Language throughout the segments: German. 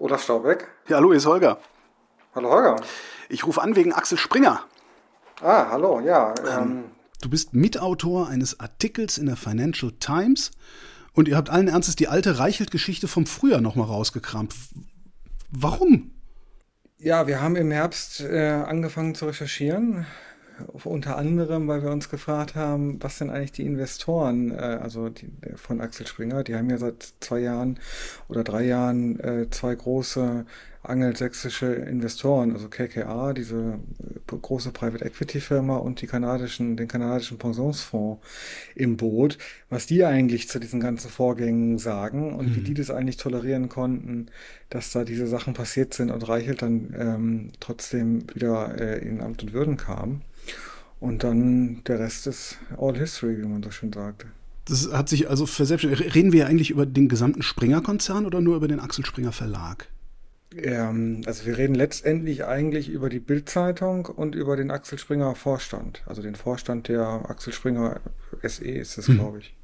Olaf Staubeck. Ja, hallo, hier ist Holger. Hallo Holger. Ich rufe an wegen Axel Springer. Ah, hallo, ja. Du bist Mitautor eines Artikels in der Financial Times und ihr habt allen Ernstes die alte Reichelt-Geschichte vom Frühjahr nochmal rausgekramt. Warum? Ja, wir haben im Herbst angefangen zu recherchieren. Unter anderem, weil wir uns gefragt haben, was sind eigentlich die Investoren, von Axel Springer, die haben ja seit 2 Jahren oder 3 Jahren zwei große angelsächsische Investoren, also KKR, diese große Private Equity Firma und den kanadischen Pensionsfonds im Boot, was die eigentlich zu diesen ganzen Vorgängen sagen und wie die das eigentlich tolerieren konnten, dass da diese Sachen passiert sind und Reichelt dann trotzdem wieder in Amt und Würden kam. Und dann der Rest ist all history, wie man so schön sagte. Das hat sich also verselbstständigt. Reden wir eigentlich über den gesamten Springer-Konzern oder nur über den Axel Springer Verlag? Also wir reden letztendlich eigentlich über die Bild-Zeitung und über den Axel Springer Vorstand. Also den Vorstand der Axel Springer SE ist es, glaube ich.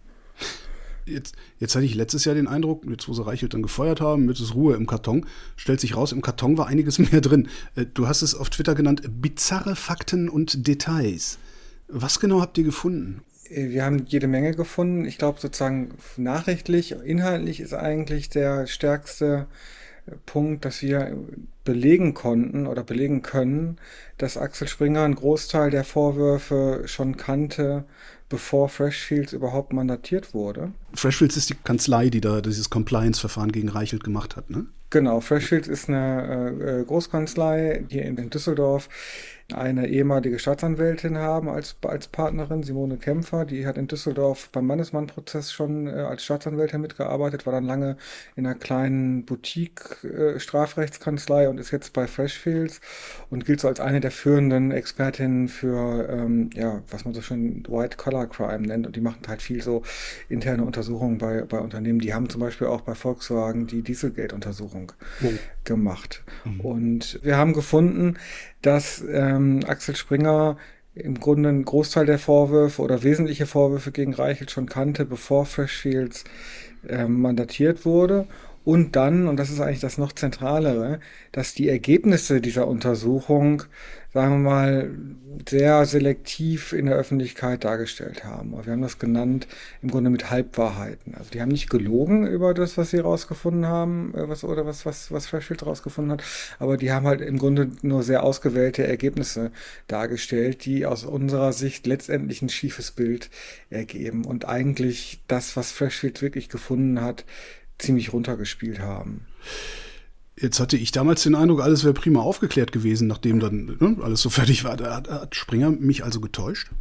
Jetzt hatte ich letztes Jahr den Eindruck, jetzt wo sie Reichelt dann gefeuert haben, jetzt ist Ruhe im Karton. Stellt sich raus, im Karton war einiges mehr drin. Du hast es auf Twitter genannt, bizarre Fakten und Details. Was genau habt ihr gefunden? Wir haben jede Menge gefunden. Ich glaube sozusagen nachrichtlich, inhaltlich ist eigentlich der stärkste Punkt, dass wir belegen konnten oder belegen können, dass Axel Springer einen Großteil der Vorwürfe schon kannte, bevor Freshfields überhaupt mandatiert wurde. Freshfields ist die Kanzlei, die da dieses Compliance-Verfahren gegen Reichelt gemacht hat, ne? Genau, Freshfields ist eine Großkanzlei hier in Düsseldorf, eine ehemalige Staatsanwältin haben als Partnerin, Simone Kämpfer, die hat in Düsseldorf beim Mannesmann-Prozess schon als Staatsanwältin mitgearbeitet, war dann lange in einer kleinen Boutique-Strafrechtskanzlei und ist jetzt bei Freshfields und gilt so als eine der führenden Expertinnen für, was man so schön White-Collar-Crime nennt, und die machen halt viel so interne Untersuchungen bei Unternehmen. Die haben zum Beispiel auch bei Volkswagen die Dieselgate-Untersuchung gemacht. Und wir haben gefunden, dass Axel Springer im Grunde einen Großteil der Vorwürfe oder wesentliche Vorwürfe gegen Reichelt schon kannte, bevor Freshfields mandatiert wurde. Und dann, und das ist eigentlich das noch Zentralere, dass die Ergebnisse dieser Untersuchung, sagen wir mal, sehr selektiv in der Öffentlichkeit dargestellt haben. Wir haben das genannt im Grunde mit Halbwahrheiten. Also die haben nicht gelogen über das, was sie rausgefunden haben, was Freshfields rausgefunden hat, aber die haben halt im Grunde nur sehr ausgewählte Ergebnisse dargestellt, die aus unserer Sicht letztendlich ein schiefes Bild ergeben und eigentlich das, was Freshfields wirklich gefunden hat, ziemlich runtergespielt haben. Jetzt hatte ich damals den Eindruck, alles wäre prima aufgeklärt gewesen, nachdem dann alles so fertig war. Hat Springer mich also getäuscht?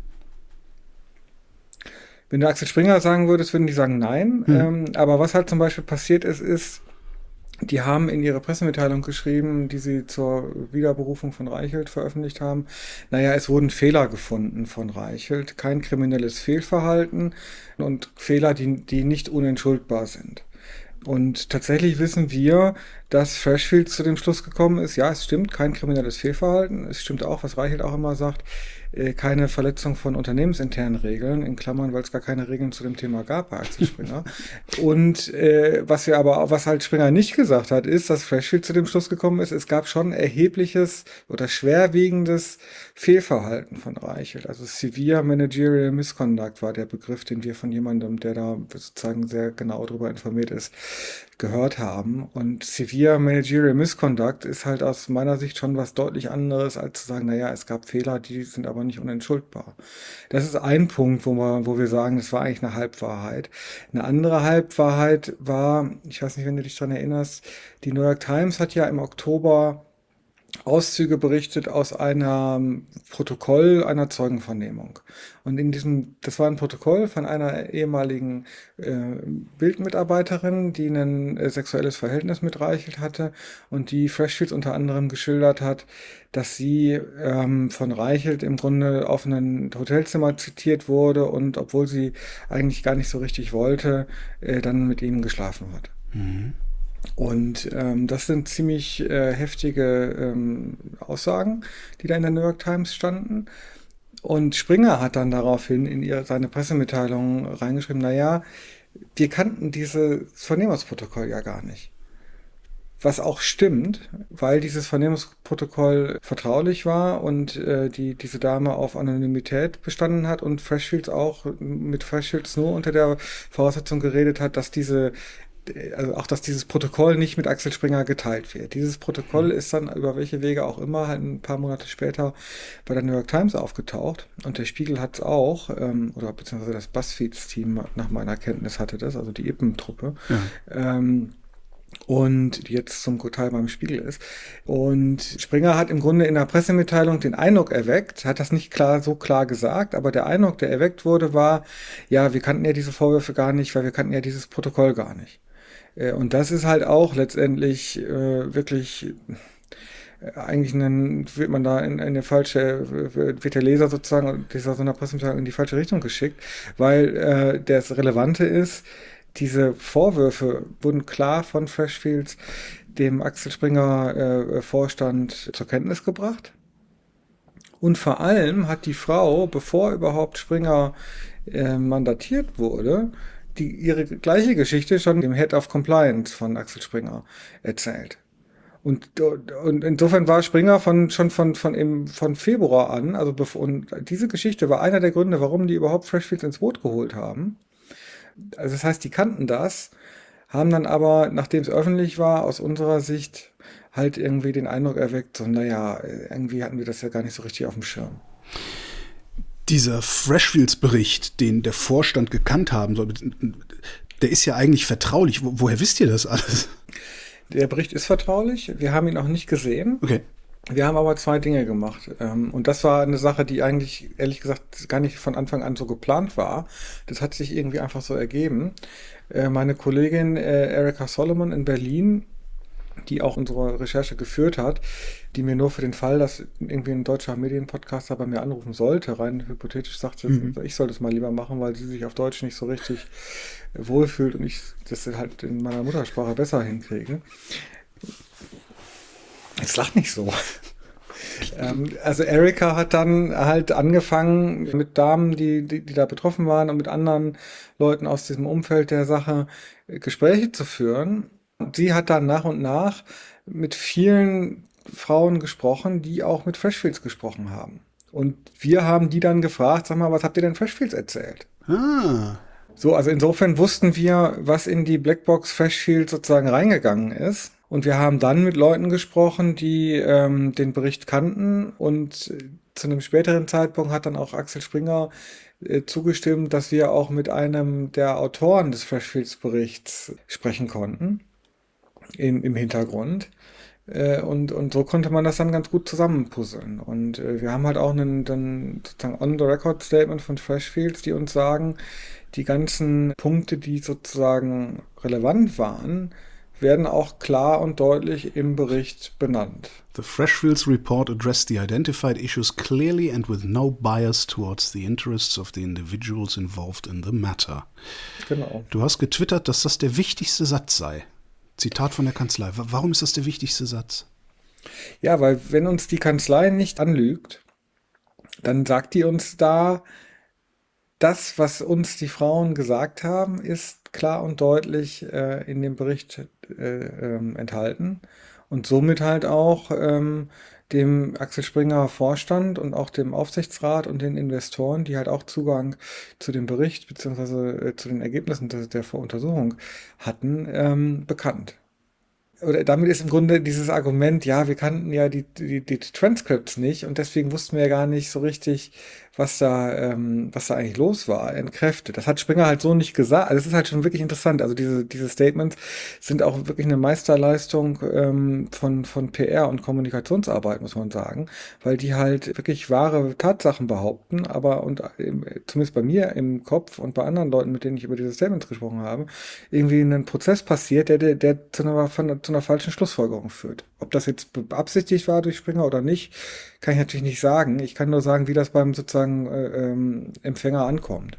Wenn du Axel Springer sagen würdest, würden die sagen nein. Aber was halt zum Beispiel passiert ist, die haben in ihrer Pressemitteilung geschrieben, die sie zur Wiederberufung von Reichelt veröffentlicht haben, es wurden Fehler gefunden von Reichelt, kein kriminelles Fehlverhalten und Fehler, die nicht unentschuldbar sind. Und tatsächlich wissen wir, dass Freshfields zu dem Schluss gekommen ist, ja, es stimmt, kein kriminelles Fehlverhalten. Es stimmt auch, was Reichelt auch immer sagt, keine Verletzung von unternehmensinternen Regeln, in Klammern, weil es gar keine Regeln zu dem Thema gab bei Axel Springer. Und was halt Springer nicht gesagt hat, ist, dass Freshfields zu dem Schluss gekommen ist, es gab schon erhebliches oder schwerwiegendes Fehlverhalten von Reichelt. Also Severe Managerial Misconduct war der Begriff, den wir von jemandem, der da sozusagen sehr genau darüber informiert ist, gehört haben. Und Severe Managerial Misconduct ist halt aus meiner Sicht schon was deutlich anderes, als zu sagen, es gab Fehler, die sind aber nicht unentschuldbar. Das ist ein Punkt, wo wir sagen, das war eigentlich eine Halbwahrheit. Eine andere Halbwahrheit war, ich weiß nicht, wenn du dich daran erinnerst, die New York Times hat ja im Oktober Auszüge berichtet aus einem Protokoll einer Zeugenvernehmung. Und das war ein Protokoll von einer ehemaligen Bildmitarbeiterin, die ein sexuelles Verhältnis mit Reichelt hatte und die Freshfields unter anderem geschildert hat, dass sie von Reichelt im Grunde auf ein Hotelzimmer zitiert wurde und obwohl sie eigentlich gar nicht so richtig wollte, dann mit ihm geschlafen hat. Und das sind ziemlich heftige Aussagen, die da in der New York Times standen. Und Springer hat dann daraufhin in seine Pressemitteilung reingeschrieben, wir kannten dieses Vernehmungsprotokoll ja gar nicht. Was auch stimmt, weil dieses Vernehmungsprotokoll vertraulich war und diese Dame auf Anonymität bestanden hat und Freshfields auch mit Freshfields nur unter der Voraussetzung geredet hat, dass dass dieses Protokoll nicht mit Axel Springer geteilt wird. Dieses Protokoll ist dann über welche Wege auch immer halt ein paar Monate später bei der New York Times aufgetaucht und der Spiegel hat es auch, oder beziehungsweise das BuzzFeeds-Team nach meiner Kenntnis hatte das, also die Ippen-Truppe. Ja. Und die jetzt zum Teil beim Spiegel ist. Und Springer hat im Grunde in der Pressemitteilung den Eindruck erweckt, hat das nicht so klar gesagt, aber der Eindruck, der erweckt wurde, war, ja, wir kannten ja diese Vorwürfe gar nicht, weil wir kannten ja dieses Protokoll gar nicht. Und das ist halt auch letztendlich wirklich eigentlich wird man da in eine wird der Leser sozusagen dieser so einer Pressemitteilung in die falsche Richtung geschickt, weil das Relevante ist, diese Vorwürfe wurden klar von Freshfields dem Axel Springer Vorstand zur Kenntnis gebracht. Und vor allem hat die Frau, bevor überhaupt Springer mandatiert wurde, ihre gleiche Geschichte schon dem Head of Compliance von Axel Springer erzählt. Und insofern war Springer von Februar an, und diese Geschichte war einer der Gründe, warum die überhaupt Freshfields ins Boot geholt haben. Also das heißt, die kannten das, haben dann aber, nachdem es öffentlich war, aus unserer Sicht halt irgendwie den Eindruck erweckt, so naja, irgendwie hatten wir das ja gar nicht so richtig auf dem Schirm. Dieser Freshfields-Bericht, den der Vorstand gekannt haben soll, der ist ja eigentlich vertraulich. Woher wisst ihr das alles? Der Bericht ist vertraulich. Wir haben ihn auch nicht gesehen. Okay. Wir haben aber 2 Dinge gemacht. Und das war eine Sache, die eigentlich, ehrlich gesagt, gar nicht von Anfang an so geplant war. Das hat sich irgendwie einfach so ergeben. Meine Kollegin Erika Solomon in Berlin, die auch unsere Recherche geführt hat, die mir nur für den Fall, dass irgendwie ein deutscher Medienpodcaster bei mir anrufen sollte, rein hypothetisch sagte, ich soll das mal lieber machen, weil sie sich auf Deutsch nicht so richtig wohlfühlt und ich das halt in meiner Muttersprache besser hinkriege. Jetzt lach nicht so. Also Erika hat dann halt angefangen mit Damen, die da betroffen waren und mit anderen Leuten aus diesem Umfeld der Sache Gespräche zu führen. Und sie hat dann nach und nach mit vielen Frauen gesprochen, die auch mit Freshfields gesprochen haben. Und wir haben die dann gefragt, sag mal, was habt ihr denn Freshfields erzählt? So, also insofern wussten wir, was in die Blackbox Freshfields sozusagen reingegangen ist. Und wir haben dann mit Leuten gesprochen, die den Bericht kannten. Und zu einem späteren Zeitpunkt hat dann auch Axel Springer zugestimmt, dass wir auch mit einem der Autoren des Freshfields-Berichts sprechen konnten im Hintergrund. Und so konnte man das dann ganz gut zusammenpuzzeln. Und wir haben halt auch dann sozusagen On-the-Record-Statement von Freshfields, die uns sagen, die ganzen Punkte, die sozusagen relevant waren, werden auch klar und deutlich im Bericht benannt. The Freshfields report addressed the identified issues clearly and with no bias towards the interests of the individuals involved in the matter. Genau. Du hast getwittert, dass das der wichtigste Satz sei. Zitat von der Kanzlei. Warum ist das der wichtigste Satz? Ja, weil wenn uns die Kanzlei nicht anlügt, dann sagt die uns da, das, was uns die Frauen gesagt haben, ist klar und deutlich in dem Bericht enthalten und somit halt auch dem Axel Springer Vorstand und auch dem Aufsichtsrat und den Investoren, die halt auch Zugang zu dem Bericht bzw. zu den Ergebnissen der Untersuchung hatten, bekannt. Oder damit ist im Grunde dieses Argument, ja, wir kannten ja die Transcripts nicht und deswegen wussten wir ja gar nicht so richtig, was da eigentlich los war, entkräftet. Das hat Springer halt so nicht gesagt. Also es ist halt schon wirklich interessant. Also diese Statements sind auch wirklich eine Meisterleistung von PR und Kommunikationsarbeit, muss man sagen, weil die halt wirklich wahre Tatsachen behaupten, aber zumindest bei mir im Kopf und bei anderen Leuten, mit denen ich über diese Statements gesprochen habe, irgendwie ein Prozess passiert, der zu einer falschen Schlussfolgerung führt. Ob das jetzt beabsichtigt war durch Springer oder nicht, kann ich natürlich nicht sagen. Ich kann nur sagen, wie das beim sozusagen Empfänger ankommt.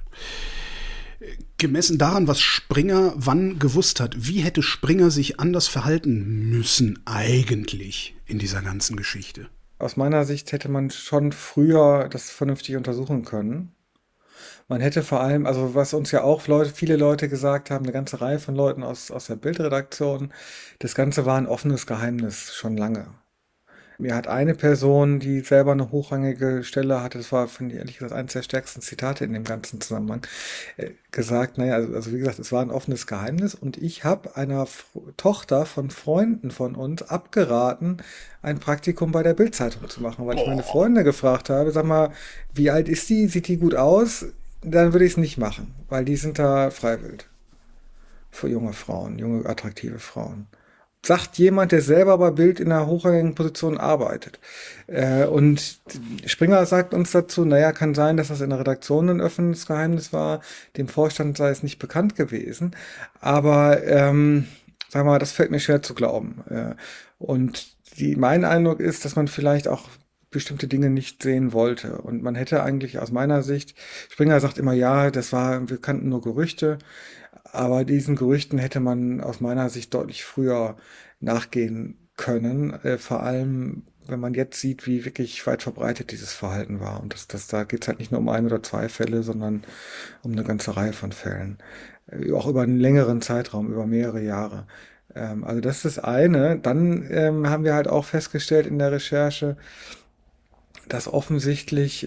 Gemessen daran, was Springer wann gewusst hat, wie hätte Springer sich anders verhalten müssen eigentlich in dieser ganzen Geschichte? Aus meiner Sicht hätte man schon früher das vernünftig untersuchen können. Man hätte vor allem, also was uns ja auch viele Leute gesagt haben, eine ganze Reihe von Leuten aus der Bildredaktion, das Ganze war ein offenes Geheimnis schon lange. Mir hat eine Person, die selber eine hochrangige Stelle hatte, das war, finde ich ehrlich gesagt, eines der stärksten Zitate in dem ganzen Zusammenhang, gesagt, naja, also wie gesagt, es war ein offenes Geheimnis und ich habe einer Tochter von Freunden von uns abgeraten, ein Praktikum bei der Bild-Zeitung zu machen, weil ich meine Freunde gefragt habe, sag mal, wie alt ist die, sieht die gut aus? Dann würde ich es nicht machen, weil die sind da freiwillig für junge Frauen, junge, attraktive Frauen. Sagt jemand, der selber bei Bild in einer hochrangigen Position arbeitet. Und Springer sagt uns dazu, naja, kann sein, dass das in der Redaktion ein offenes Geheimnis war, dem Vorstand sei es nicht bekannt gewesen, aber sagen wir mal, das fällt mir schwer zu glauben. Und mein Eindruck ist, dass man vielleicht auch bestimmte Dinge nicht sehen wollte. Und man hätte eigentlich aus meiner Sicht, Springer sagt immer, ja, wir kannten nur Gerüchte. Aber diesen Gerüchten hätte man aus meiner Sicht deutlich früher nachgehen können. Vor allem, wenn man jetzt sieht, wie wirklich weit verbreitet dieses Verhalten war. Und da geht es halt nicht nur um ein oder zwei Fälle, sondern um eine ganze Reihe von Fällen. Auch über einen längeren Zeitraum, über mehrere Jahre. Also das ist das eine. Dann haben wir halt auch festgestellt in der Recherche, dass offensichtlich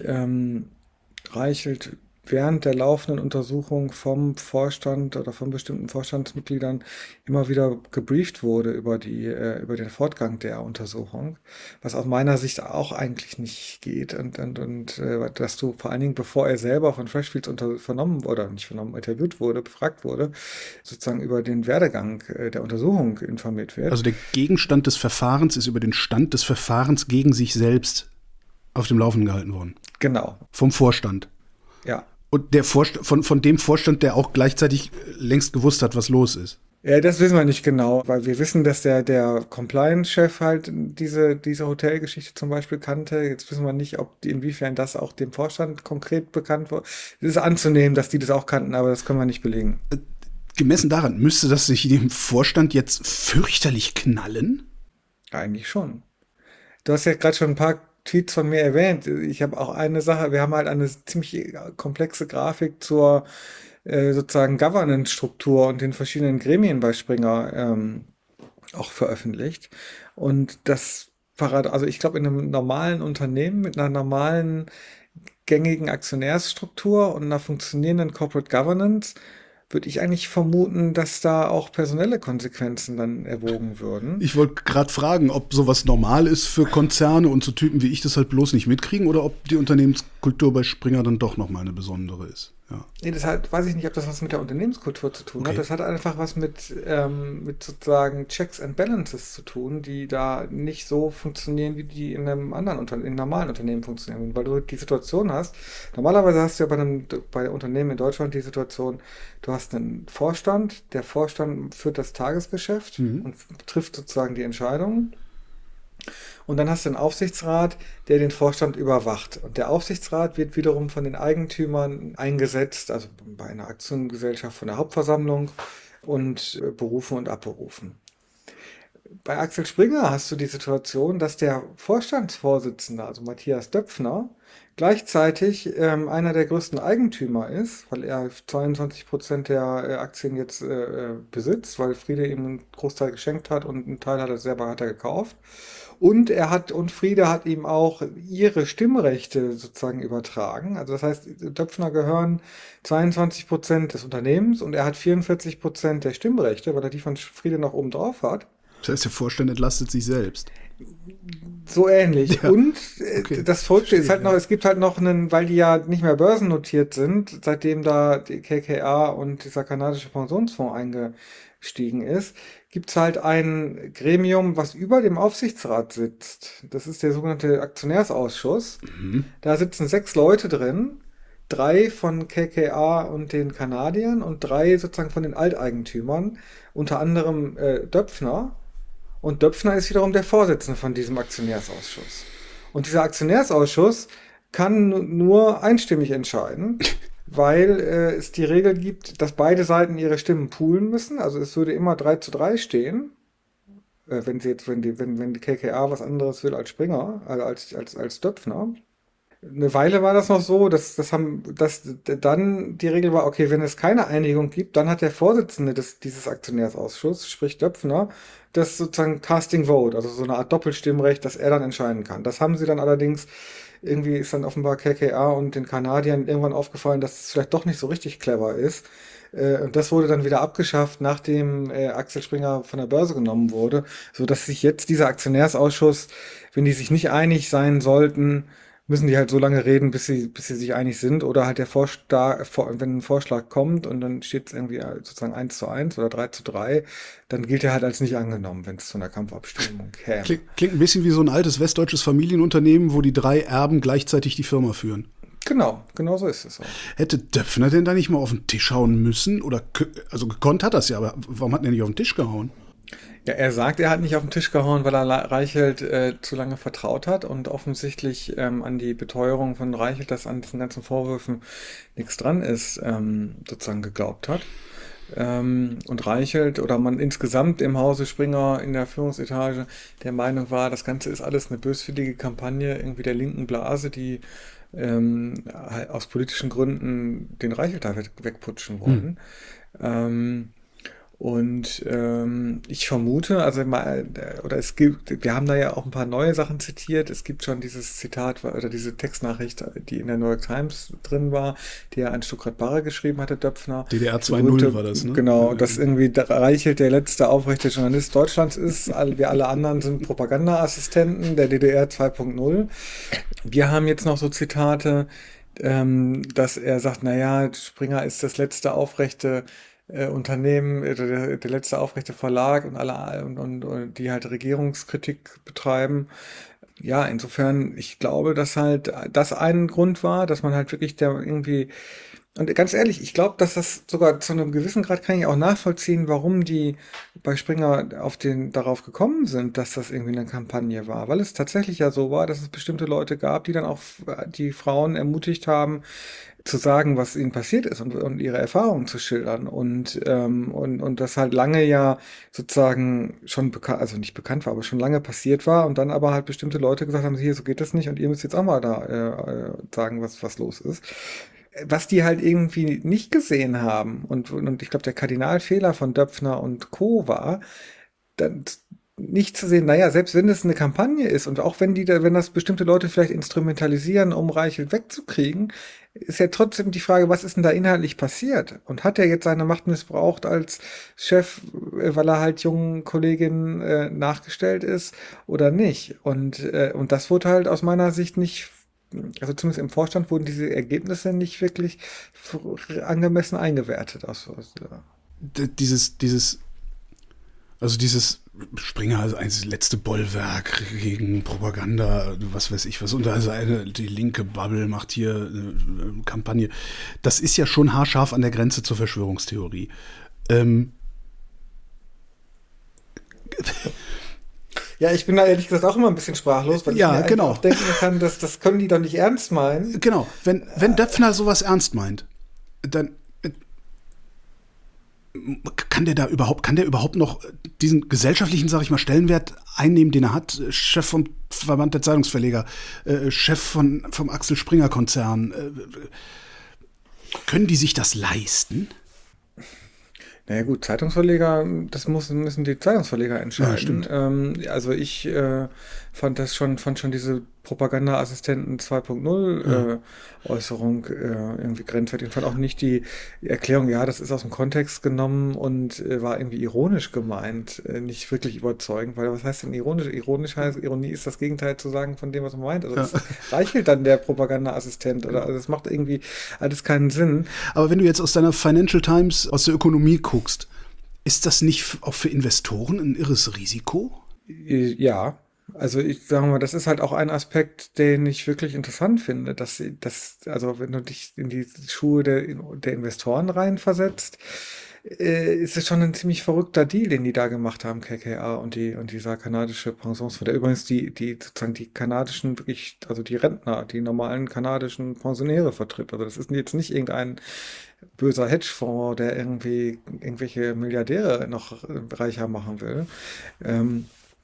Reichelt während der laufenden Untersuchung vom Vorstand oder von bestimmten Vorstandsmitgliedern immer wieder gebrieft wurde über über den Fortgang der Untersuchung, was aus meiner Sicht auch eigentlich nicht geht und dass du vor allen Dingen, bevor er selber von Freshfields vernommen oder nicht vernommen, interviewt wurde, befragt wurde, sozusagen über den Werdegang der Untersuchung informiert wird. Also der Gegenstand des Verfahrens ist über den Stand des Verfahrens gegen sich selbst auf dem Laufenden gehalten worden. Genau. Vom Vorstand. Ja. Und von dem Vorstand, der auch gleichzeitig längst gewusst hat, was los ist. Ja, das wissen wir nicht genau, weil wir wissen, dass der Compliance-Chef halt diese Hotelgeschichte zum Beispiel kannte. Jetzt wissen wir nicht, inwiefern das auch dem Vorstand konkret bekannt war. Es ist anzunehmen, dass die das auch kannten, aber das können wir nicht belegen. Gemessen daran, müsste das sich dem Vorstand jetzt fürchterlich knallen? Eigentlich schon. Du hast ja gerade schon ein paar Tweets von mir erwähnt. Ich habe auch eine Sache, wir haben halt eine ziemlich komplexe Grafik zur sozusagen Governance-Struktur und den verschiedenen Gremien bei Springer auch veröffentlicht. Und also ich glaube, in einem normalen Unternehmen mit einer normalen gängigen Aktionärsstruktur und einer funktionierenden Corporate Governance würde ich eigentlich vermuten, dass da auch personelle Konsequenzen dann erwogen würden. Ich wollte gerade fragen, ob sowas normal ist für Konzerne und so Typen wie ich das halt bloß nicht mitkriegen oder ob die Unternehmenskultur bei Springer dann doch nochmal eine besondere ist. Ja. Nee, weiß ich nicht, ob das was mit der Unternehmenskultur zu tun hat. Das hat einfach was mit sozusagen Checks and Balances zu tun, die da nicht so funktionieren, wie die in einem in normalen Unternehmen funktionieren. Weil du die Situation hast, normalerweise hast du ja bei Unternehmen in Deutschland die Situation, du hast einen Vorstand, der Vorstand führt das Tagesgeschäft und trifft sozusagen die Entscheidungen. Und dann hast du einen Aufsichtsrat, der den Vorstand überwacht. Und der Aufsichtsrat wird wiederum von den Eigentümern eingesetzt, also bei einer Aktiengesellschaft von der Hauptversammlung und berufen und abberufen. Bei Axel Springer hast du die Situation, dass der Vorstandsvorsitzende, also Matthias Döpfner, gleichzeitig einer der größten Eigentümer ist, weil er 22% der Aktien jetzt besitzt, weil Friede ihm einen Großteil geschenkt hat und einen Teil hat er gekauft. Und Friede hat ihm auch ihre Stimmrechte sozusagen übertragen. Also das heißt, Döpfner gehören 22% des Unternehmens und er hat 44% der Stimmrechte, weil er die von Friede noch oben drauf hat. Das heißt, der Vorstand entlastet sich selbst. So ähnlich. Ja. Und okay. Das Verrückte ist halt noch, es gibt halt noch weil die ja nicht mehr börsennotiert sind, seitdem da die KKA und dieser kanadische Pensionsfonds eingestiegen ist, gibt es halt ein Gremium, was über dem Aufsichtsrat sitzt. Das ist der sogenannte Aktionärsausschuss. Da sitzen 6 Leute drin, 3 von KKA und den Kanadiern und 3 sozusagen von den Alteigentümern, unter anderem Döpfner. Und Döpfner ist wiederum der Vorsitzende von diesem Aktionärsausschuss. Und dieser Aktionärsausschuss kann nur einstimmig entscheiden, weil es die Regel gibt, dass beide Seiten ihre Stimmen poolen müssen. Also es würde immer 3:3 stehen, wenn die KKA was anderes will als Springer, also als Döpfner. eine Weile war das noch so, dass dann die Regel war, okay, wenn es keine Einigung gibt, dann hat der Vorsitzende dieses Aktionärsausschusses, sprich Döpfner, das sozusagen Casting Vote, also so eine Art Doppelstimmrecht, dass er dann entscheiden kann. Das haben sie dann allerdings, irgendwie ist dann offenbar KKA und den Kanadiern irgendwann aufgefallen, dass es vielleicht doch nicht so richtig clever ist. Und das wurde dann wieder abgeschafft, nachdem Axel Springer von der Börse genommen wurde, so dass sich jetzt dieser Aktionärsausschuss, wenn die sich nicht einig sein sollten, müssen die halt so lange reden, bis sie sich einig sind, oder halt wenn ein Vorschlag kommt und dann steht es irgendwie sozusagen 1:1 oder 3:3, dann gilt er halt als nicht angenommen, wenn es zu einer Kampfabstimmung käme. Klingt ein bisschen wie so ein altes westdeutsches Familienunternehmen, wo die 3 Erben gleichzeitig die Firma führen. Genau so ist es auch. Hätte Döpfner denn da nicht mal auf den Tisch hauen müssen? Also gekonnt hat das ja, aber warum hat er nicht auf den Tisch gehauen? Ja, er sagt, er hat nicht auf den Tisch gehauen, weil er Reichelt zu lange vertraut hat und offensichtlich an die Beteuerung von Reichelt, dass an diesen ganzen Vorwürfen nichts dran ist, sozusagen geglaubt hat. Und Reichelt oder man insgesamt im Hause Springer in der Führungsetage der Meinung war, das Ganze ist alles eine böswillige Kampagne irgendwie der linken Blase, die halt aus politischen Gründen den Reichelt da wegputschen wollen. Ich vermute, wir haben da ja auch ein paar neue Sachen zitiert. Es gibt schon dieses Zitat oder diese Textnachricht, die in der New York Times drin war, die er an Stuckrad Barre geschrieben hatte, Döpfner. DDR 2.0 war das, ne? Genau, dass irgendwie Reichelt der letzte aufrechte Journalist Deutschlands ist. Wir alle anderen sind Propagandaassistenten der DDR 2.0. Wir haben jetzt noch so Zitate, dass er sagt, naja, Springer ist das letzte aufrechte Unternehmen, der letzte aufrechte Verlag und alle und die halt Regierungskritik betreiben. Ja, insofern, ich glaube, dass halt das ein Grund war, dass man halt wirklich der irgendwie, und ganz ehrlich, ich glaube, dass das sogar zu einem gewissen Grad kann ich auch nachvollziehen, warum die bei Springer darauf gekommen sind, dass das irgendwie eine Kampagne war, weil es tatsächlich ja so war, dass es bestimmte Leute gab, die dann auch die Frauen ermutigt haben, zu sagen, was ihnen passiert ist und ihre Erfahrungen zu schildern und das halt lange ja sozusagen schon bekannt, also nicht bekannt war, aber schon lange passiert war und dann aber halt bestimmte Leute gesagt haben, hier, so geht das nicht und ihr müsst jetzt auch mal da sagen, was los ist. Was die halt irgendwie nicht gesehen haben und ich glaube, der Kardinalfehler von Döpfner und Co. war, dann nicht zu sehen, naja, selbst wenn es eine Kampagne ist und auch wenn das bestimmte Leute vielleicht instrumentalisieren, um Reichelt wegzukriegen, ist ja trotzdem die Frage, was ist denn da inhaltlich passiert? Und hat er jetzt seine Macht missbraucht als Chef, weil er halt jungen Kolleginnen nachgestellt ist oder nicht? Und das wurde halt aus meiner Sicht nicht, also zumindest im Vorstand wurden diese Ergebnisse nicht wirklich angemessen eingewertet. Dieses Springer, also das letzte Bollwerk gegen Propaganda, was weiß ich was, und also die linke Bubble macht hier eine Kampagne. Das ist ja schon haarscharf an der Grenze zur Verschwörungstheorie. Ja, ich bin da ehrlich gesagt auch immer ein bisschen sprachlos, weil ich mir genau auch denken kann, dass das können die doch nicht ernst meinen. Genau, wenn Döpfner sowas ernst meint, dann kann der überhaupt noch diesen gesellschaftlichen, sag ich mal, Stellenwert einnehmen, den er hat? Chef vom Verband der Zeitungsverleger, Chef vom Axel Springer Konzern. Können die sich das leisten? Naja gut, Zeitungsverleger, das müssen die Zeitungsverleger entscheiden. Ja, also ich fand schon diese Propaganda-Assistenten 2.0 Äußerung irgendwie grenzwertig. Ich fand auch nicht die Erklärung, ja, das ist aus dem Kontext genommen und war irgendwie ironisch gemeint, nicht wirklich überzeugend, weil was heißt denn ironisch? Ironisch heißt, Ironie ist das Gegenteil zu sagen von dem, was man meint. Also das Reichelt dann der Propaganda-Assistent oder also das macht irgendwie alles keinen Sinn. Aber wenn du jetzt aus deiner Financial Times, aus der Ökonomie guckst, ist das nicht auch für Investoren ein irres Risiko? Ja. Also ich sage mal, das ist halt auch ein Aspekt, den ich wirklich interessant finde, also wenn du dich in die Schuhe der Investoren reinversetzt, ist es schon ein ziemlich verrückter Deal, den die da gemacht haben, KKA und dieser kanadische Pensionsfonds, der übrigens sozusagen die kanadischen, wirklich, also die Rentner, die normalen kanadischen Pensionäre vertritt. Also das ist jetzt nicht irgendein böser Hedgefonds, der irgendwelche Milliardäre noch reicher machen will.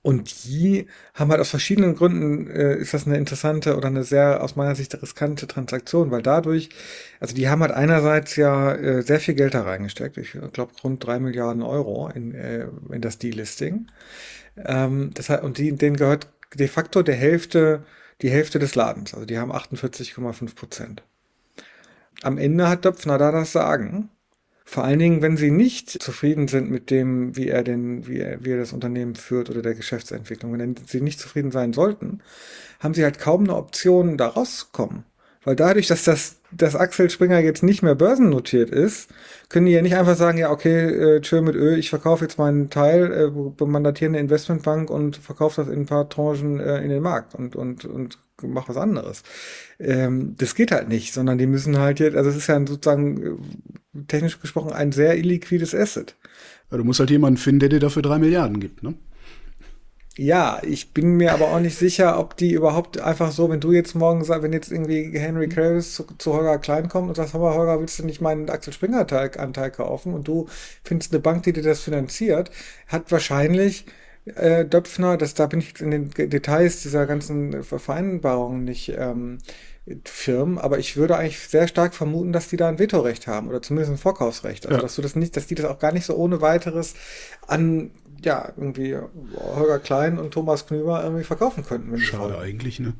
Und die haben halt aus verschiedenen Gründen, ist das eine interessante oder eine sehr aus meiner Sicht riskante Transaktion, weil dadurch, also die haben halt einerseits ja sehr viel Geld da reingesteckt, ich glaube rund 3 Milliarden Euro in das Delisting. Und denen gehört de facto die Hälfte des Ladens, also die haben 48,5%. Am Ende hat Döpfner da das Sagen. Vor allen Dingen, wenn sie nicht zufrieden sind mit dem, wie er das Unternehmen führt oder der Geschäftsentwicklung. Wenn sie nicht zufrieden sein sollten, haben sie halt kaum eine Option, da rauszukommen. Weil dadurch, dass Axel Springer jetzt nicht mehr börsennotiert ist, können die ja nicht einfach sagen, ja, okay, tschö mit Ö, ich verkaufe jetzt meinen Teil, mandatiere eine Investmentbank und verkaufe das in ein paar Tranchen in den Markt und mach was anderes. Das geht halt nicht, sondern die müssen halt jetzt, also es ist ja sozusagen technisch gesprochen ein sehr illiquides Asset. Ja, du musst halt jemanden finden, der dir dafür 3 Milliarden gibt, ne? Ja, ich bin mir aber auch nicht sicher, ob die überhaupt einfach so, wenn du jetzt morgen sagst, wenn jetzt irgendwie Henry Kravis zu Holger Klein kommt und sagst, aber Holger, willst du nicht meinen Axel Springer Anteil kaufen und du findest eine Bank, die dir das finanziert, hat wahrscheinlich Döpfner, da bin ich jetzt in den Details dieser ganzen Vereinbarungen nicht firm, aber ich würde eigentlich sehr stark vermuten, dass die da ein Vetorecht haben oder zumindest ein Vorkaufsrecht. Also Ja. dass du das nicht, dass die das auch gar nicht so ohne weiteres an ja, irgendwie Holger Klein und Thomas Knüber irgendwie verkaufen könnten. Wenn Schade eigentlich, ne?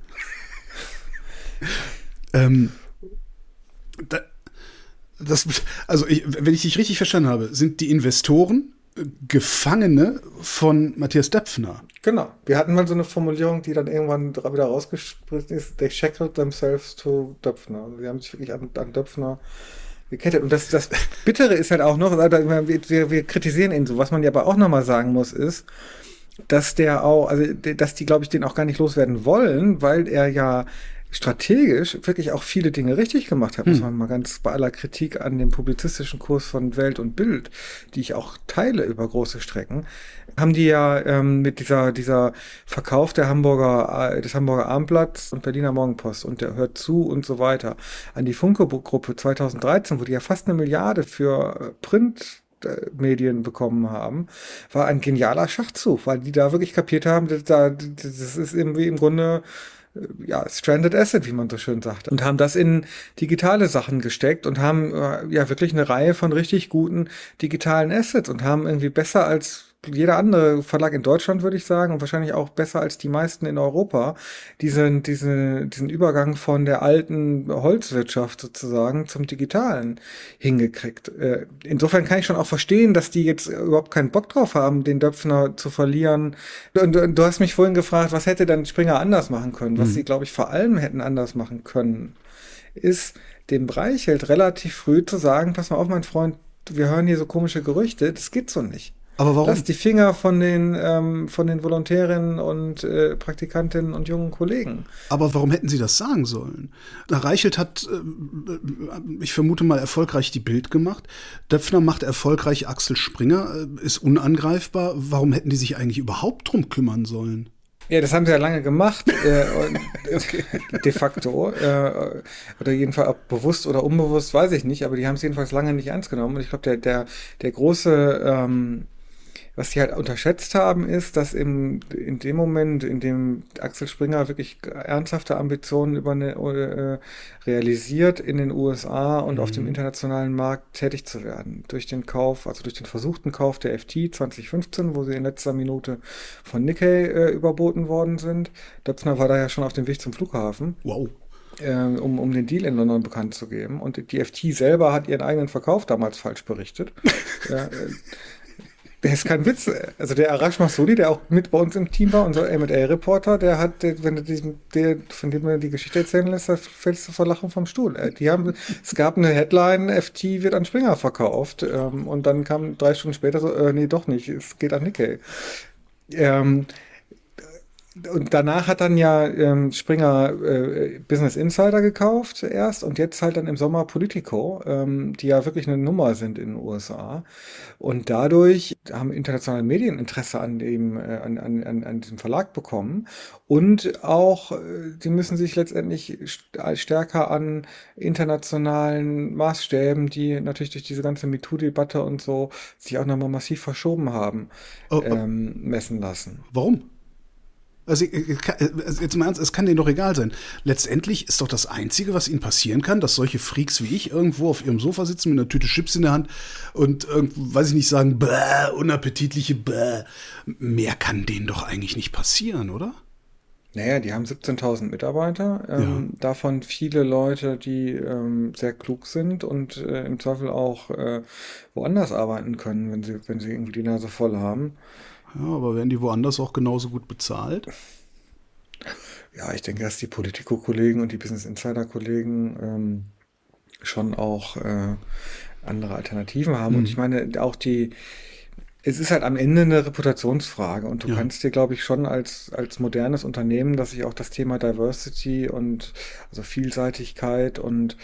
ähm, da, wenn ich dich richtig verstanden habe, sind die Investoren Gefangene von Matthias Döpfner. Genau. Wir hatten mal so eine Formulierung, die dann irgendwann wieder rausgesprungen ist, they shackled themselves to Döpfner. Also sie haben sich wirklich an Döpfner gekettet. Und das Bittere ist halt auch noch, wir kritisieren ihn so, was man ja aber auch nochmal sagen muss, ist, dass dass die, glaube ich, den auch gar nicht loswerden wollen, weil er ja strategisch wirklich auch viele Dinge richtig gemacht hat, muss man mal ganz bei aller Kritik an dem publizistischen Kurs von Welt und Bild, die ich auch teile über große Strecken, haben die ja mit dieser Verkauf des Hamburger Abendblatts und Berliner Morgenpost und der Hört zu und so weiter an die Funke-Gruppe 2013, wo die ja fast 1 Milliarde für Print Medien bekommen haben, war ein genialer Schachzug, weil die da wirklich kapiert haben, das ist irgendwie im Grunde ja, Stranded Asset, wie man so schön sagt. Und haben das in digitale Sachen gesteckt und haben ja wirklich eine Reihe von richtig guten digitalen Assets und haben irgendwie besser als jeder andere Verlag in Deutschland, würde ich sagen, und wahrscheinlich auch besser als die meisten in Europa, diesen Übergang von der alten Holzwirtschaft sozusagen zum Digitalen hingekriegt. Insofern kann ich schon auch verstehen, dass die jetzt überhaupt keinen Bock drauf haben, den Döpfner zu verlieren. Und du hast mich vorhin gefragt, was hätte dann Springer anders machen können? Was sie, glaube ich, vor allem hätten anders machen können, ist dem Reichelt relativ früh zu sagen, pass mal auf, mein Freund, wir hören hier so komische Gerüchte, das geht so nicht. Aber warum? Lass die Finger von den Volontärinnen und Praktikantinnen und jungen Kollegen. Aber warum hätten sie das sagen sollen? Reichelt hat, ich vermute mal, erfolgreich die Bild gemacht. Döpfner macht erfolgreich Axel Springer, ist unangreifbar. Warum hätten die sich eigentlich überhaupt drum kümmern sollen? Ja, das haben sie ja lange gemacht, Okay. de facto. Oder jedenfalls ob bewusst oder unbewusst, weiß ich nicht, aber die haben es jedenfalls lange nicht ernst genommen. Und ich glaube, der große was die halt unterschätzt haben, ist, dass in dem Moment, in dem Axel Springer wirklich ernsthafte Ambitionen realisiert, in den USA und auf dem internationalen Markt tätig zu werden. Durch den versuchten Kauf der FT 2015, wo sie in letzter Minute von Nikkei überboten worden sind. Döpfner war da ja schon auf dem Weg zum Flughafen. Wow. Um den Deal in London bekannt zu geben. Und die FT selber hat ihren eigenen Verkauf damals falsch berichtet. Der ist kein Witz. Also der Arash Massoudi, der auch mit bei uns im Team war, unser M&A-Reporter, wenn du von dem du die Geschichte erzählen lässt, da fällst du vor Lachen vom Stuhl. Es gab eine Headline, FT wird an Springer verkauft. Und dann kam 3 Stunden später so, nee, doch nicht, es geht an Nikkei. Und danach hat dann ja Springer Business Insider gekauft erst und jetzt halt dann im Sommer Politico, die ja wirklich eine Nummer sind in den USA. Und dadurch haben internationale Medien Interesse an diesem Verlag bekommen. Und auch, die müssen sich letztendlich stärker an internationalen Maßstäben, die natürlich durch diese ganze MeToo-Debatte und so sich auch nochmal massiv verschoben haben, messen lassen. Warum? Also jetzt mal ernst, es kann denen doch egal sein. Letztendlich ist doch das Einzige, was ihnen passieren kann, dass solche Freaks wie ich irgendwo auf ihrem Sofa sitzen mit einer Tüte Chips in der Hand und, weiß ich nicht, sagen, bäh, unappetitliche bäh. Mehr kann denen doch eigentlich nicht passieren, oder? Naja, die haben 17.000 Mitarbeiter, Ja. davon viele Leute, die sehr klug sind und im Zweifel auch woanders arbeiten können, wenn sie irgendwie die Nase voll haben. Ja, aber werden die woanders auch genauso gut bezahlt? Ja, ich denke, dass die Politico-Kollegen und die Business Insider-Kollegen schon auch andere Alternativen haben. Und ich Hm. meine, es ist halt am Ende eine Reputationsfrage und du Ja. kannst dir, glaube ich, schon als modernes Unternehmen, dass sich auch das Thema Diversity und also Vielseitigkeit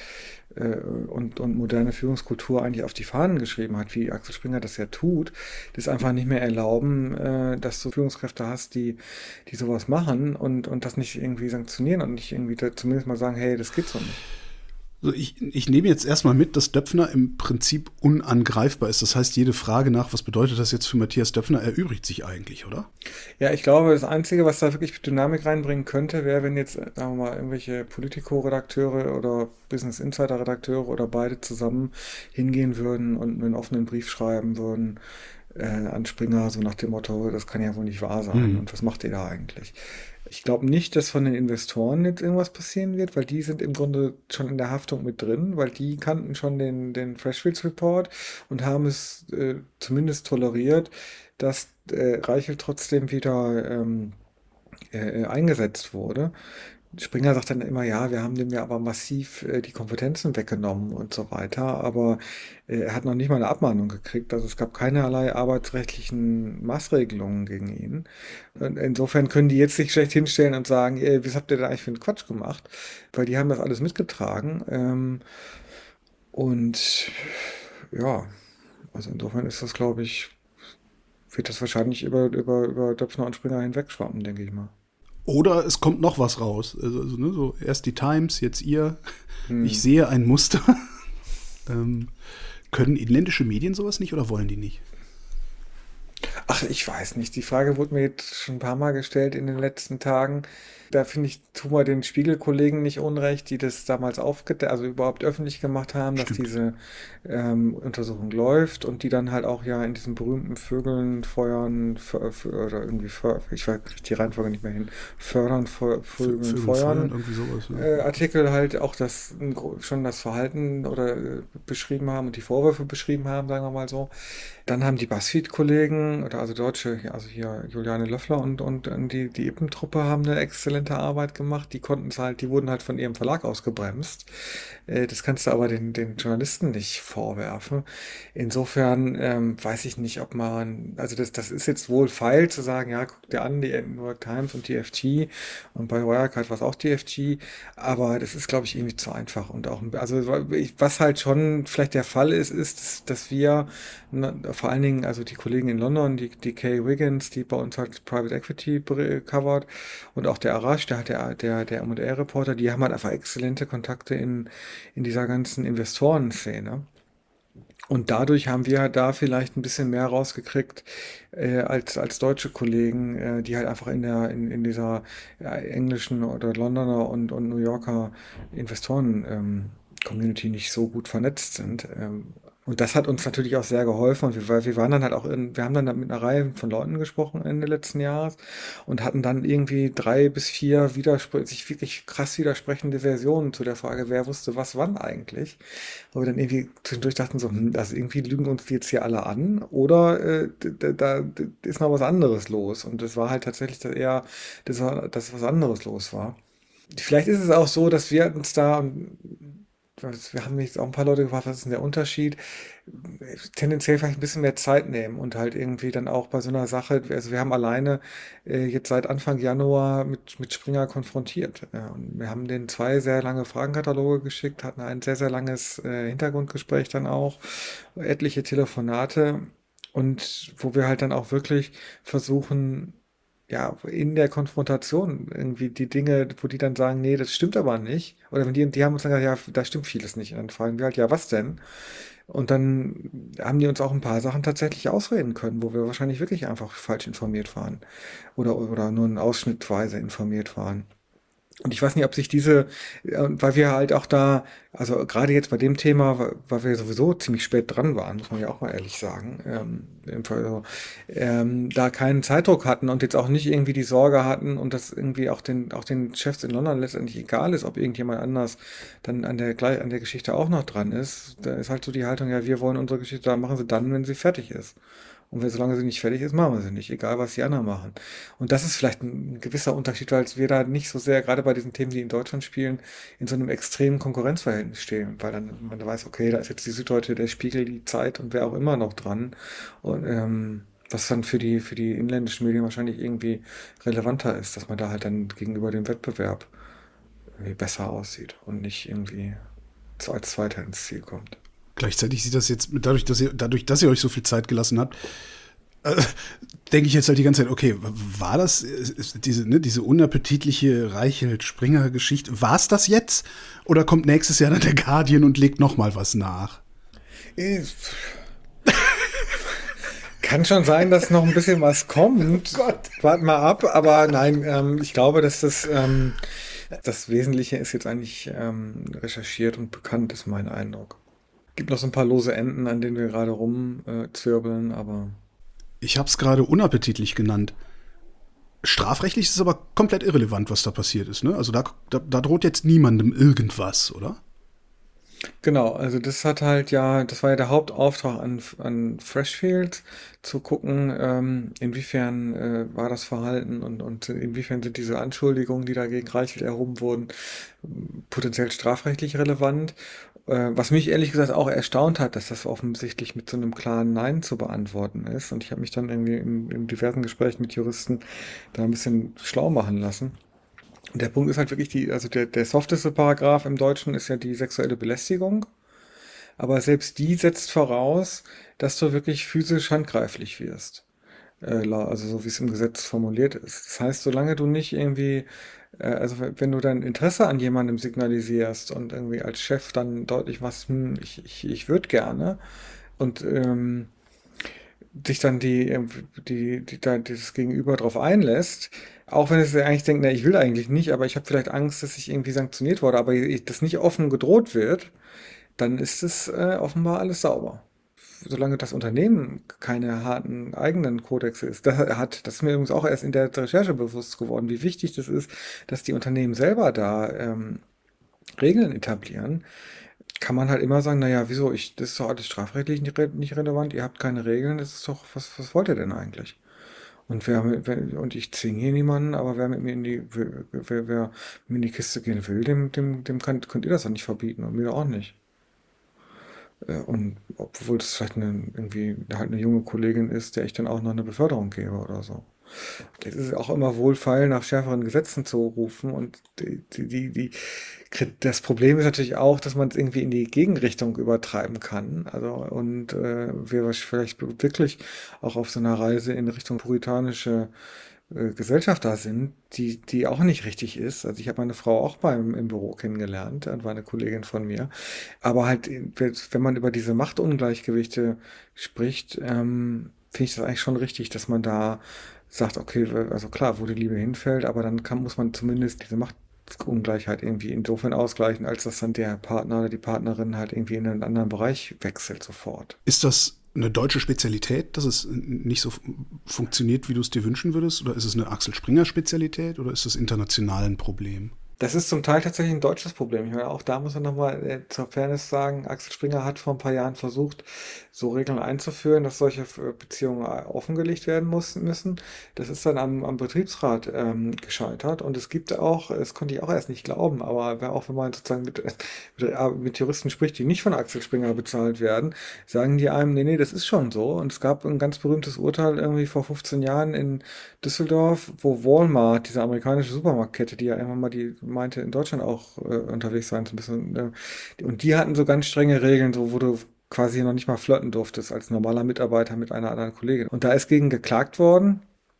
und moderne Führungskultur eigentlich auf die Fahnen geschrieben hat, wie Axel Springer das ja tut, das einfach nicht mehr erlauben, dass du Führungskräfte hast, die sowas machen und das nicht irgendwie sanktionieren und nicht irgendwie zumindest mal sagen, hey, das geht so nicht. Also ich nehme jetzt erstmal mit, dass Döpfner im Prinzip unangreifbar ist. Das heißt, jede Frage nach, was bedeutet das jetzt für Matthias Döpfner, erübrigt sich eigentlich, oder? Ja, ich glaube, das Einzige, was da wirklich Dynamik reinbringen könnte, wäre, wenn jetzt, sagen wir mal, irgendwelche Politico-Redakteure oder Business Insider-Redakteure oder beide zusammen hingehen würden und einen offenen Brief schreiben würden an Springer, so nach dem Motto, das kann ja wohl nicht wahr sein. Hm. Und was macht ihr da eigentlich? Ich glaube nicht, dass von den Investoren jetzt irgendwas passieren wird, weil die sind im Grunde schon in der Haftung mit drin, weil die kannten schon den Freshfields Report und haben es zumindest toleriert, dass Reichel trotzdem wieder eingesetzt wurde. Springer sagt dann immer, ja, wir haben dem ja aber massiv die Kompetenzen weggenommen und so weiter, aber er hat noch nicht mal eine Abmahnung gekriegt, also es gab keinerlei arbeitsrechtlichen Maßregelungen gegen ihn. Und insofern können die jetzt nicht schlecht hinstellen und sagen, was habt ihr da eigentlich für einen Quatsch gemacht? Weil die haben das alles mitgetragen. Und ja, also insofern ist das, glaube ich, wird das wahrscheinlich über Döpfner und Springer hinwegschwappen, denke ich mal. Oder es kommt noch was raus. Also, ne, so erst die Times, jetzt ihr. Hm. Ich sehe ein Muster. ähm, Können inländische Medien sowas nicht oder wollen die nicht? Ach, ich weiß nicht. Die Frage wurde mir jetzt schon ein paar Mal gestellt in den letzten Tagen. Da finde ich, tun wir den Spiegel-Kollegen nicht unrecht, die das damals also überhaupt öffentlich gemacht haben, dass Stimmt. diese Untersuchung läuft und die dann halt auch ja in diesen berühmten Vögeln feuern, oder irgendwie, ich kriege die Reihenfolge nicht mehr hin, fördern, Vögeln Vögel feuern, feuern, irgendwie sowas. Ja. Artikel halt auch schon das Verhalten oder beschrieben haben und die Vorwürfe beschrieben haben, sagen wir mal so. Dann haben die BuzzFeed-Kollegen, oder also Deutsche, ja, also hier Juliane Löffler und die Ippen-Truppe haben eine exzellente Arbeit gemacht. Die wurden halt von ihrem Verlag ausgebremst. Das kannst du aber den Journalisten nicht vorwerfen. Insofern weiß ich nicht, ob man, also das ist jetzt wohl feil zu sagen, ja, guck dir an, die New York Times und die FT und bei Wirecard war es auch die FT, aber das ist, glaube ich, irgendwie zu einfach und auch, also was halt schon vielleicht der Fall ist, dass wir vor allen Dingen, also die Kollegen in London, die Kay Wiggins, die bei uns halt Private Equity covert und auch der Arash, der M&A-Reporter, die haben halt einfach exzellente Kontakte in dieser ganzen Investorenszene. Und dadurch haben wir da vielleicht ein bisschen mehr rausgekriegt als deutsche Kollegen, die halt einfach in dieser englischen oder Londoner und New Yorker Investoren Community nicht so gut vernetzt sind. Und das hat uns natürlich auch sehr geholfen. Und weil wir waren dann halt auch wir haben dann mit einer Reihe von Leuten gesprochen Ende letzten Jahres und hatten dann irgendwie 3 bis 4 sich wirklich krass widersprechende Versionen zu der Frage, wer wusste was wann eigentlich. Wo wir dann irgendwie zwischendurch dachten so, also irgendwie lügen uns die jetzt hier alle an oder da ist noch was anderes los. Und das war halt tatsächlich dass was anderes los war. Vielleicht ist es auch so, dass wir uns da, und wir haben jetzt auch ein paar Leute gefragt, was ist denn der Unterschied? Tendenziell vielleicht ein bisschen mehr Zeit nehmen und halt irgendwie dann auch bei so einer Sache, also wir haben alleine jetzt seit Anfang Januar mit Springer konfrontiert. Und wir haben denen 2 sehr lange Fragenkataloge geschickt, hatten ein sehr langes Hintergrundgespräch dann auch, etliche Telefonate und wo wir halt dann auch wirklich versuchen, ja, in der Konfrontation irgendwie die Dinge, wo die dann sagen, nee, das stimmt aber nicht. Oder wenn die haben uns dann gesagt, ja, da stimmt vieles nicht. Und dann fragen wir halt, ja, was denn? Und dann haben die uns auch ein paar Sachen tatsächlich ausreden können, wo wir wahrscheinlich wirklich einfach falsch informiert waren oder nur ausschnittweise informiert waren. Und ich weiß nicht, ob sich weil wir halt auch da, also gerade jetzt bei dem Thema, weil wir sowieso ziemlich spät dran waren, muss man ja auch mal ehrlich sagen, also, da keinen Zeitdruck hatten und jetzt auch nicht irgendwie die Sorge hatten und das irgendwie auch den Chefs in London letztendlich egal ist, ob irgendjemand anders dann an der Geschichte auch noch dran ist. Da ist halt so die Haltung, ja, wir wollen unsere Geschichte da machen sie dann, wenn sie fertig ist. Und solange sie nicht fertig ist, machen wir sie nicht, egal was die anderen machen. Und das ist vielleicht ein gewisser Unterschied, weil wir da nicht so sehr, gerade bei diesen Themen, die in Deutschland spielen, in so einem extremen Konkurrenzverhältnis stehen, weil dann man da weiß, okay, da ist jetzt die Süddeutsche, der Spiegel, die Zeit und wer auch immer noch dran. Und was dann für die inländischen Medien wahrscheinlich irgendwie relevanter ist, dass man da halt dann gegenüber dem Wettbewerb irgendwie besser aussieht und nicht irgendwie als Zweiter ins Ziel kommt. Gleichzeitig sieht das jetzt, dadurch, dass ihr euch so viel Zeit gelassen habt, äh, denke ich jetzt halt die ganze Zeit, okay, war das diese unappetitliche Reichelt-Springer-Geschichte, war es das jetzt? Oder kommt nächstes Jahr dann der Guardian und legt noch mal was nach? Kann schon sein, dass noch ein bisschen was kommt. Oh Gott. Warten mal ab, aber nein, ich glaube, dass das Wesentliche ist jetzt eigentlich recherchiert und bekannt, ist mein Eindruck. Gibt noch so ein paar lose Enden, an denen wir gerade rumzwirbeln, aber Ich habe es gerade unappetitlich genannt. Strafrechtlich ist es aber komplett irrelevant, was da passiert ist, ne? Also da droht jetzt niemandem irgendwas, oder? genau, also das war ja der Hauptauftrag an Freshfields, zu gucken, inwiefern war das Verhalten und inwiefern sind diese Anschuldigungen, die dagegen Reichelt erhoben wurden, potenziell strafrechtlich relevant. Was mich ehrlich gesagt auch erstaunt hat, dass das offensichtlich mit so einem klaren Nein zu beantworten ist. Und ich habe mich dann irgendwie in diversen Gesprächen mit Juristen da ein bisschen schlau machen lassen. Und der Punkt ist halt wirklich also der softeste Paragraph im Deutschen ist ja die sexuelle Belästigung. Aber selbst die setzt voraus, dass du wirklich physisch handgreiflich wirst. Also so wie es im Gesetz formuliert ist. Das heißt, solange du nicht irgendwie, also wenn du dein Interesse an jemandem signalisierst und irgendwie als Chef dann deutlich machst, ich würde gerne und dich dann dieses Gegenüber drauf einlässt, auch wenn es eigentlich denkt, na, ich will eigentlich nicht, aber ich habe vielleicht Angst, dass ich irgendwie sanktioniert wurde, aber das nicht offen gedroht wird, dann ist es offenbar alles sauber. Solange das Unternehmen keine harten eigenen Kodexe das ist mir übrigens auch erst in der Recherche bewusst geworden, wie wichtig das ist, dass die Unternehmen selber da Regeln etablieren, kann man halt immer sagen, naja, wieso, das ist doch alles strafrechtlich nicht relevant, ihr habt keine Regeln, das ist doch, was wollt ihr denn eigentlich? Und ich zwinge hier niemanden, aber wer mit mir in die Kiste gehen will, könnt ihr das doch nicht verbieten und mir doch auch nicht. Und obwohl das vielleicht irgendwie halt eine junge Kollegin ist, der ich dann auch noch eine Beförderung gebe oder so. Es ist auch immer wohlfeil, nach schärferen Gesetzen zu rufen. Und das Problem ist natürlich auch, dass man es irgendwie in die Gegenrichtung übertreiben kann. Also, und wir vielleicht wirklich auch auf so einer Reise in Richtung puritanische Gesellschaft da sind, die auch nicht richtig ist. Also ich habe meine Frau auch im Büro kennengelernt, war eine Kollegin von mir. Aber halt, wenn man über diese Machtungleichgewichte spricht, finde ich das eigentlich schon richtig, dass man da sagt, okay, also klar, wo die Liebe hinfällt, aber dann muss man zumindest diese Machtungleichheit irgendwie insofern ausgleichen, als dass dann der Partner oder die Partnerin halt irgendwie in einen anderen Bereich wechselt sofort. Ist das eine deutsche Spezialität, dass es nicht so funktioniert, wie du es dir wünschen würdest? Oder ist es eine Axel Springer-Spezialität oder ist es international ein Problem? Das ist zum Teil tatsächlich ein deutsches Problem. Ich meine, auch da muss man nochmal zur Fairness sagen, Axel Springer hat vor ein paar Jahren versucht, so Regeln einzuführen, dass solche Beziehungen offengelegt werden müssen. Das ist dann am Betriebsrat gescheitert. Und es gibt auch, das konnte ich auch erst nicht glauben, aber auch wenn man sozusagen mit Juristen spricht, die nicht von Axel Springer bezahlt werden, sagen die einem, nee, das ist schon so. Und es gab ein ganz berühmtes Urteil irgendwie vor 15 Jahren in Düsseldorf, wo Walmart, diese amerikanische Supermarktkette, die ja irgendwann mal die meinte, in Deutschland auch unterwegs sein zu müssen. Und die hatten so ganz strenge Regeln, so wo du quasi noch nicht mal flirten durftest als normaler Mitarbeiter mit einer anderen Kollegin. Und da ist gegen geklagt worden.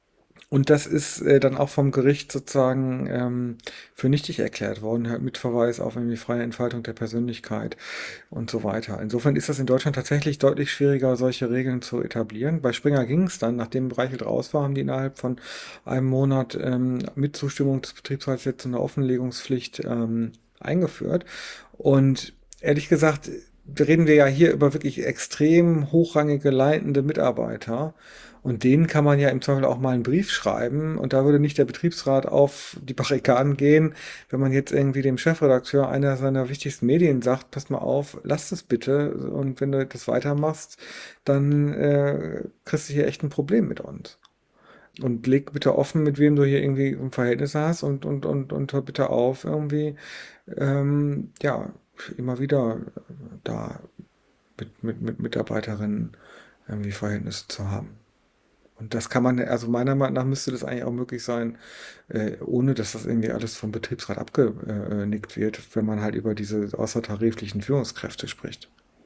Und das ist dann auch vom Gericht sozusagen für nichtig erklärt worden, halt mit Verweis auf irgendwie freie Entfaltung der Persönlichkeit und so weiter. Insofern ist das in Deutschland tatsächlich deutlich schwieriger, solche Regeln zu etablieren. Bei Springer ging es dann, nachdem Reichelt raus war, haben die innerhalb von einem Monat mit Zustimmung des Betriebsrats jetzt so eine Offenlegungspflicht eingeführt. Und ehrlich gesagt, reden wir ja hier über wirklich extrem hochrangige leitende Mitarbeiter. Und denen kann man ja im Zweifel auch mal einen Brief schreiben. Und da würde nicht der Betriebsrat auf die Barrikaden gehen, wenn man jetzt irgendwie dem Chefredakteur einer seiner wichtigsten Medien sagt, pass mal auf, lass das bitte. Und wenn du das weitermachst, dann kriegst du hier echt ein Problem mit uns. Und leg bitte offen, mit wem du hier irgendwie ein Verhältnis hast und hör bitte auf, irgendwie, ja, immer wieder da mit Mitarbeiterinnen irgendwie Verhältnisse zu haben. Und das kann man, also meiner Meinung nach müsste das eigentlich auch möglich sein, ohne dass das irgendwie alles vom Betriebsrat abgenickt wird, wenn man halt über diese außertariflichen Führungskräfte spricht.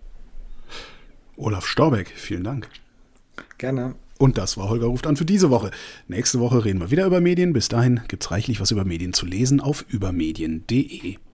Olaf Storbeck, vielen Dank. Gerne. Und das war Holger ruft an für diese Woche. Nächste Woche reden wir wieder über Medien. Bis dahin gibt's reichlich was über Medien zu lesen auf übermedien.de.